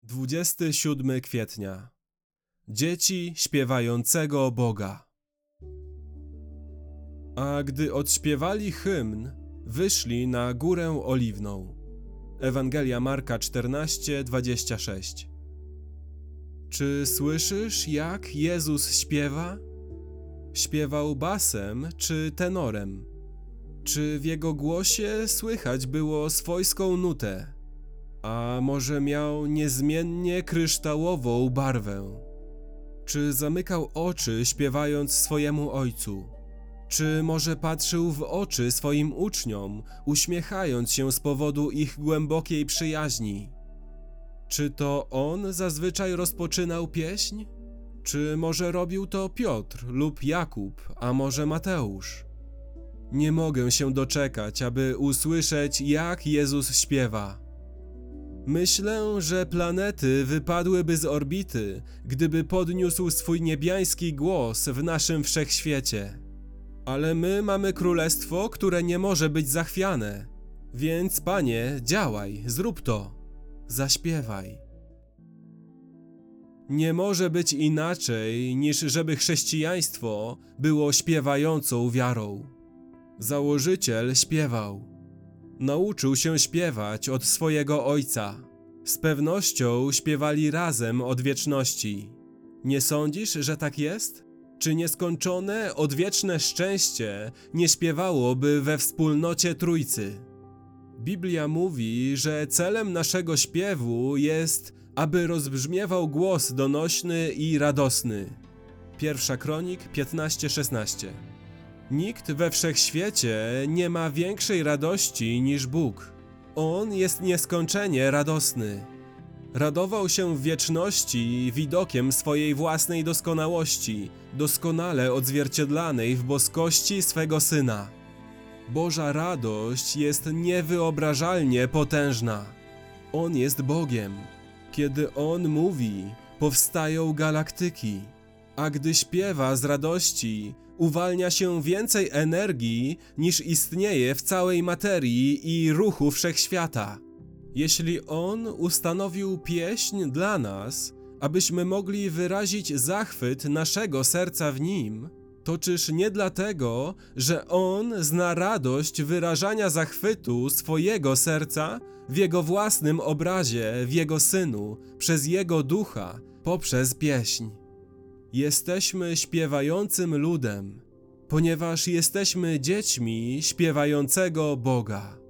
27 kwietnia. Dzieci śpiewającego Boga. A gdy odśpiewali hymn, wyszli na Górę Oliwną. Ewangelia Marka 14:26. Czy słyszysz, jak Jezus śpiewa? Śpiewał basem czy tenorem? Czy w jego głosie słychać było swojską nutę? A może miał niezmiennie kryształową barwę? Czy zamykał oczy, śpiewając swojemu Ojcu? Czy może patrzył w oczy swoim uczniom, uśmiechając się z powodu ich głębokiej przyjaźni? Czy to on zazwyczaj rozpoczynał pieśń? Czy może robił to Piotr lub Jakub, a może Mateusz? Nie mogę się doczekać, aby usłyszeć, jak Jezus śpiewa. Myślę, że planety wypadłyby z orbity, gdyby podniósł swój niebiański głos w naszym wszechświecie. Ale my mamy królestwo, które nie może być zachwiane. Więc, Panie, działaj, zrób to. Zaśpiewaj. Nie może być inaczej, niż żeby chrześcijaństwo było śpiewającą wiarą. Założyciel śpiewał. Nauczył się śpiewać od swojego Ojca. Z pewnością śpiewali razem od wieczności. Nie sądzisz, że tak jest? Czy nieskończone, odwieczne szczęście nie śpiewałoby we wspólnocie Trójcy? Biblia mówi, że celem naszego śpiewu jest, aby rozbrzmiewał głos donośny i radosny. 1 Kronik 15:16. Nikt we wszechświecie nie ma większej radości niż Bóg. On jest nieskończenie radosny. Radował się w wieczności widokiem swojej własnej doskonałości, doskonale odzwierciedlanej w boskości swego Syna. Boża radość jest niewyobrażalnie potężna. On jest Bogiem. Kiedy On mówi, powstają galaktyki, a gdy śpiewa z radości, uwalnia się więcej energii, niż istnieje w całej materii i ruchu wszechświata. Jeśli On ustanowił pieśń dla nas, abyśmy mogli wyrazić zachwyt naszego serca w Nim, to czyż nie dlatego, że On zna radość wyrażania zachwytu swojego serca w Jego własnym obrazie, w Jego Synu, przez Jego Ducha, poprzez pieśń? Jesteśmy śpiewającym ludem, ponieważ jesteśmy dziećmi śpiewającego Boga.